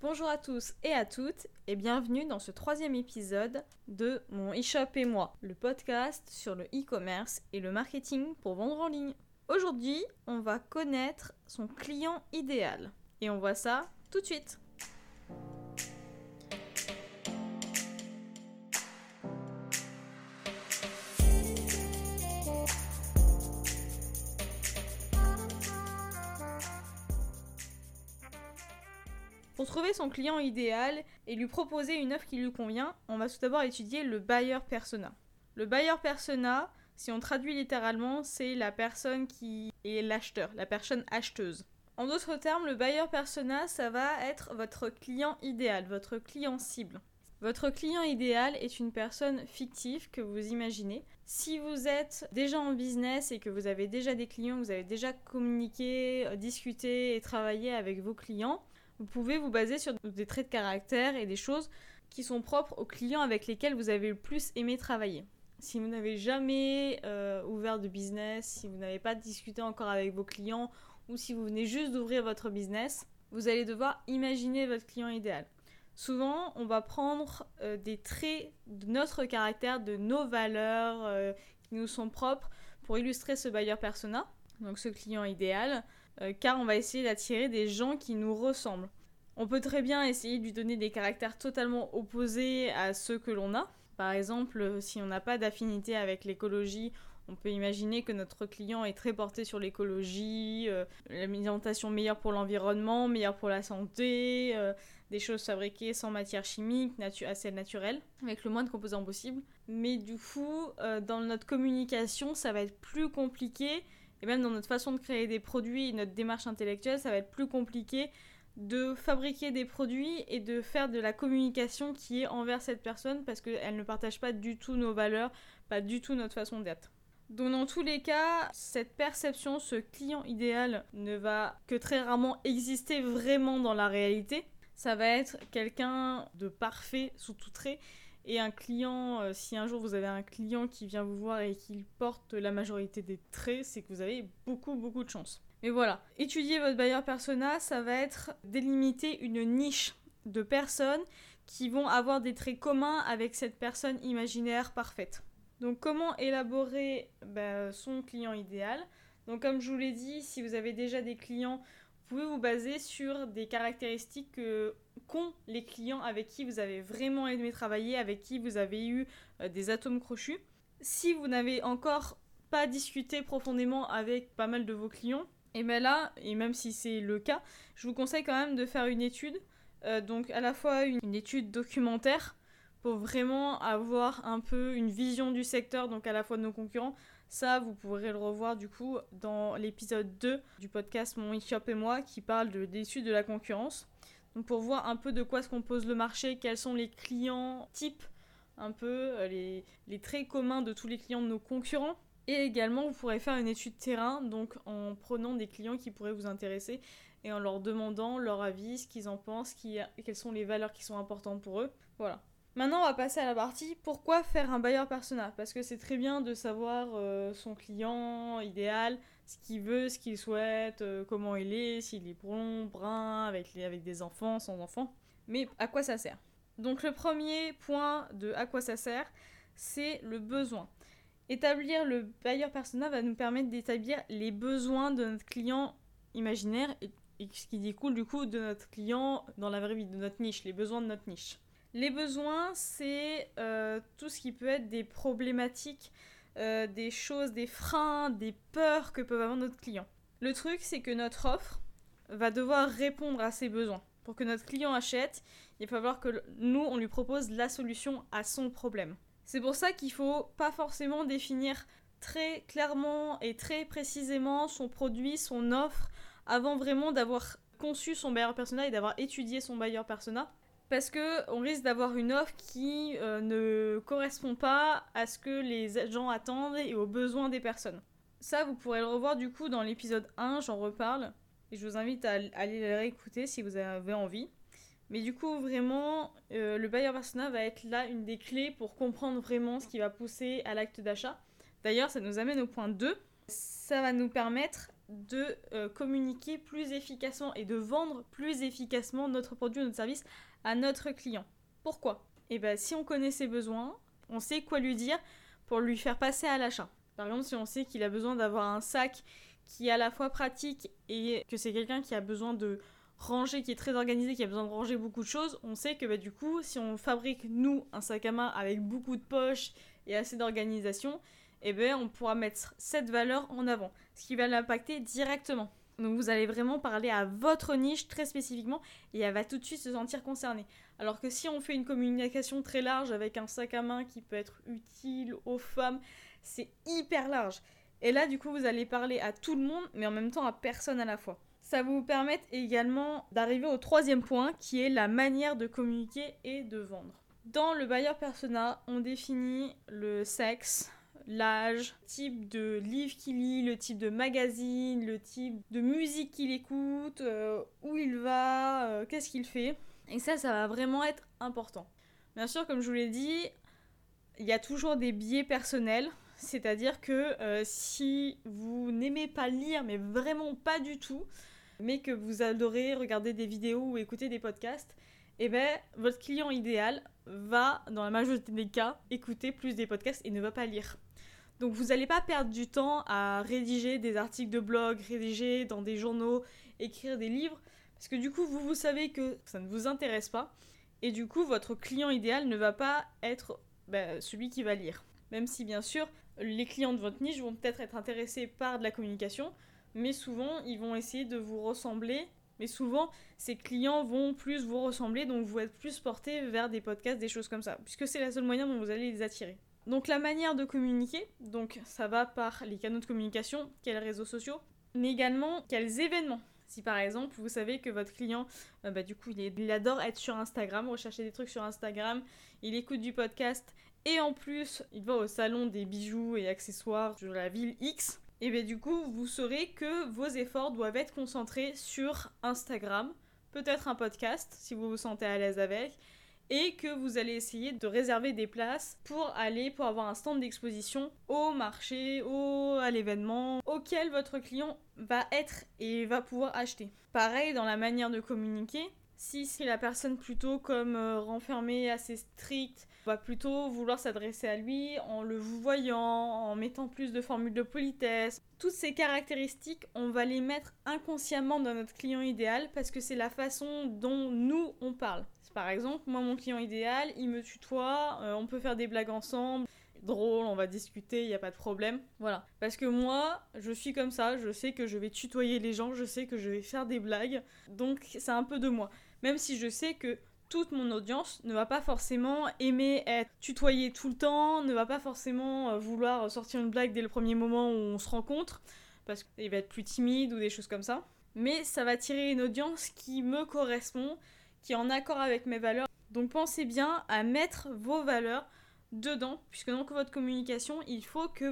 Bonjour à tous et à toutes et bienvenue dans ce 3e épisode de Mon e-shop et moi, le podcast sur le e-commerce et le marketing pour vendre en ligne. Aujourd'hui, on va connaître son client idéal et on voit ça tout de suite. Pour trouver son client idéal et lui proposer une offre qui lui convient, on va tout d'abord étudier le buyer persona. Le buyer persona, si on traduit littéralement, c'est la personne qui est l'acheteur, la personne acheteuse. En d'autres termes, le buyer persona, ça va être votre client idéal, votre client cible. Votre client idéal est une personne fictive que vous imaginez. Si vous êtes déjà en business et que vous avez déjà des clients, vous avez déjà communiqué, discuté et travaillé avec vos clients, vous pouvez vous baser sur des traits de caractère et des choses qui sont propres aux clients avec lesquels vous avez le plus aimé travailler. Si vous n'avez jamais ouvert de business, si vous n'avez pas discuté encore avec vos clients ou si vous venez juste d'ouvrir votre business, vous allez devoir imaginer votre client idéal. Souvent, on va prendre des traits de notre caractère, de nos valeurs qui nous sont propres pour illustrer ce buyer persona, donc ce client idéal, car on va essayer d'attirer des gens qui nous ressemblent. On peut très bien essayer de lui donner des caractères totalement opposés à ceux que l'on a. Par exemple, si on n'a pas d'affinité avec l'écologie, on peut imaginer que notre client est très porté sur l'écologie, l'alimentation meilleure pour l'environnement, meilleure pour la santé, des choses fabriquées sans matière chimique, assez naturelles, avec le moins de composants possible. Mais du coup, dans notre communication, ça va être plus compliqué. Et même dans notre façon de créer des produits et notre démarche intellectuelle, ça va être plus compliqué de fabriquer des produits et de faire de la communication qui est envers cette personne parce qu'elle ne partage pas du tout nos valeurs, pas du tout notre façon d'être. Donc dans tous les cas, cette perception, ce client idéal ne va que très rarement exister vraiment dans la réalité. Ça va être quelqu'un de parfait sous tout trait. Et un client, si un jour vous avez un client qui vient vous voir et qui porte la majorité des traits, c'est que vous avez beaucoup de chance. Mais voilà, étudier votre buyer persona, ça va être délimiter une niche de personnes qui vont avoir des traits communs avec cette personne imaginaire parfaite. Donc comment élaborer son client idéal ? Donc comme je vous l'ai dit, si vous avez déjà des clients, vous pouvez vous baser sur des caractéristiques qu'ont les clients avec qui vous avez vraiment aimé travailler, avec qui vous avez eu des atomes crochus. Si vous n'avez encore pas discuté profondément avec pas mal de vos clients, et bien là, et même si c'est le cas, je vous conseille quand même de faire une étude, donc à la fois une étude documentaire, pour vraiment avoir un peu une vision du secteur, donc à la fois de nos concurrents. Ça, vous pourrez le revoir du coup dans l'épisode 2 du podcast Mon e-shop et moi qui parle de l'étude de la concurrence. Donc pour voir un peu de quoi se compose le marché, quels sont les clients types, un peu les traits communs de tous les clients de nos concurrents. Et également, vous pourrez faire une étude terrain, donc en prenant des clients qui pourraient vous intéresser et en leur demandant leur avis, ce qu'ils en pensent, quelles sont les valeurs qui sont importantes pour eux. Voilà. Maintenant, on va passer à la partie pourquoi faire un buyer persona. Parce que c'est très bien de savoir son client idéal, ce qu'il veut, ce qu'il souhaite, comment il est, s'il est blond, brun, avec des enfants, sans enfants. Mais à quoi ça sert ? Donc le premier point de à quoi ça sert, c'est le besoin. Établir le buyer persona va nous permettre d'établir les besoins de notre client imaginaire et ce qui découle du coup de notre client dans la vraie vie, de notre niche, les besoins de notre niche. Les besoins, c'est tout ce qui peut être des problématiques, des choses, des freins, des peurs que peuvent avoir notre client. Le truc, c'est que notre offre va devoir répondre à ces besoins. Pour que notre client achète, il va falloir que nous, on lui propose la solution à son problème. C'est pour ça qu'il ne faut pas forcément définir très clairement et très précisément son produit, son offre, avant vraiment d'avoir conçu son buyer persona et d'avoir étudié son buyer persona. Parce qu'on risque d'avoir une offre qui ne correspond pas à ce que les gens attendent et aux besoins des personnes. Ça, vous pourrez le revoir du coup dans l'épisode 1, j'en reparle. Et je vous invite à aller le réécouter si vous avez envie. Mais du coup, vraiment, le buyer persona va être là une des clés pour comprendre vraiment ce qui va pousser à l'acte d'achat. D'ailleurs, ça nous amène au point 2. Ça va nous permettre de communiquer plus efficacement et de vendre plus efficacement notre produit ou notre service à notre client. Pourquoi ? Et bien, si on connaît ses besoins, on sait quoi lui dire pour lui faire passer à l'achat. Par exemple, si on sait qu'il a besoin d'avoir un sac qui est à la fois pratique et que c'est quelqu'un qui a besoin de ranger, qui est très organisé, qui a besoin de ranger beaucoup de choses, on sait que du coup, si on fabrique, nous, un sac à main avec beaucoup de poches et assez d'organisation, on pourra mettre cette valeur en avant, ce qui va l'impacter directement. Donc vous allez vraiment parler à votre niche très spécifiquement et elle va tout de suite se sentir concernée. Alors que si on fait une communication très large avec un sac à main qui peut être utile aux femmes, c'est hyper large. Et là, du coup, vous allez parler à tout le monde, mais en même temps à personne à la fois. Ça va vous permettre également d'arriver au troisième point, qui est la manière de communiquer et de vendre. Dans le buyer persona, on définit le sexe, l'âge, le type de livre qu'il lit, le type de magazine, le type de musique qu'il écoute, où il va, qu'est-ce qu'il fait. Et ça va vraiment être important. Bien sûr, comme je vous l'ai dit, il y a toujours des biais personnels. C'est-à-dire que si vous n'aimez pas lire, mais vraiment pas du tout, mais que vous adorez regarder des vidéos ou écouter des podcasts, votre client idéal va, dans la majorité des cas, écouter plus des podcasts et ne va pas lire. Donc vous n'allez pas perdre du temps à rédiger des articles de blog, rédiger dans des journaux, écrire des livres, parce que du coup, vous savez que ça ne vous intéresse pas, et du coup, votre client idéal ne va pas être celui qui va lire. Même si, bien sûr, les clients de votre niche vont peut-être être intéressés par de la communication, mais souvent, ils vont essayer de vous ressembler. Mais souvent, ces clients vont plus vous ressembler, donc vous êtes plus porté vers des podcasts, des choses comme ça, puisque c'est la seule moyen dont vous allez les attirer. Donc la manière de communiquer, donc ça va par les canaux de communication, quels réseaux sociaux, mais également quels événements. Si par exemple, vous savez que votre client, du coup, il adore être sur Instagram, rechercher des trucs sur Instagram, il écoute du podcast, et en plus, il va au salon des bijoux et accessoires de la ville X, et du coup, vous saurez que vos efforts doivent être concentrés sur Instagram, peut-être un podcast, si vous vous sentez à l'aise avec, et que vous allez essayer de réserver des places pour avoir un stand d'exposition au marché, à l'événement auquel votre client va être et va pouvoir acheter. Pareil dans la manière de communiquer, si c'est la personne plutôt comme renfermée, assez stricte, va plutôt vouloir s'adresser à lui en le voyant, en mettant plus de formules de politesse. Toutes ces caractéristiques, on va les mettre inconsciemment dans notre client idéal parce que c'est la façon dont nous, on parle. Par exemple, moi, mon client idéal, il me tutoie, on peut faire des blagues ensemble, drôle, on va discuter, il n'y a pas de problème. Voilà. Parce que moi, je suis comme ça, je sais que je vais tutoyer les gens, je sais que je vais faire des blagues, donc c'est un peu de moi. Même si je sais que toute mon audience ne va pas forcément aimer être tutoyée tout le temps, ne va pas forcément vouloir sortir une blague dès le premier moment où on se rencontre, parce qu'il va être plus timide ou des choses comme ça. Mais ça va tirer une audience qui me correspond, qui est en accord avec mes valeurs. Donc pensez bien à mettre vos valeurs dedans, puisque dans votre communication, il faut que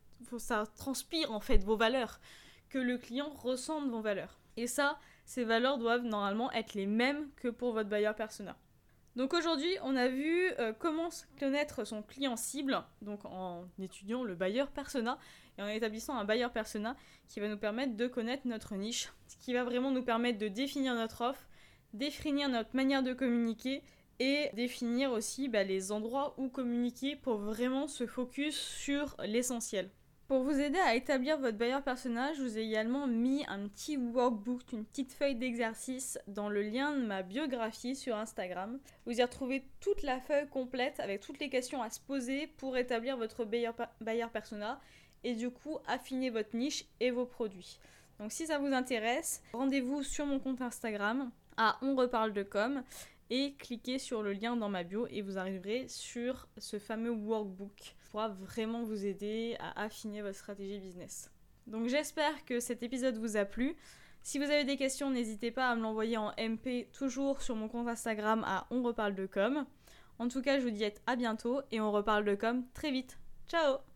ça transpire en fait vos valeurs, que le client ressente vos valeurs. Et ça, ces valeurs doivent normalement être les mêmes que pour votre buyer persona. Donc aujourd'hui, on a vu comment connaître son client cible, donc en étudiant le buyer persona et en établissant un buyer persona qui va nous permettre de connaître notre niche, ce qui va vraiment nous permettre de définir notre offre, définir notre manière de communiquer et définir aussi les endroits où communiquer pour vraiment se focus sur l'essentiel. Pour vous aider à établir votre buyer persona, je vous ai également mis un petit workbook, une petite feuille d'exercice dans le lien de ma biographie sur Instagram. Vous y retrouvez toute la feuille complète avec toutes les questions à se poser pour établir votre buyer persona et du coup affiner votre niche et vos produits. Donc si ça vous intéresse, rendez-vous sur mon compte Instagram à On Reparle de Com et cliquez sur le lien dans ma bio et vous arriverez sur ce fameux workbook qui pourra vraiment vous aider à affiner votre stratégie business. Donc j'espère que cet épisode vous a plu. Si vous avez des questions, n'hésitez pas à me l'envoyer en MP toujours sur mon compte Instagram à On Reparle de Com. En tout cas, je vous dis à bientôt et On Reparle de Com très vite. Ciao!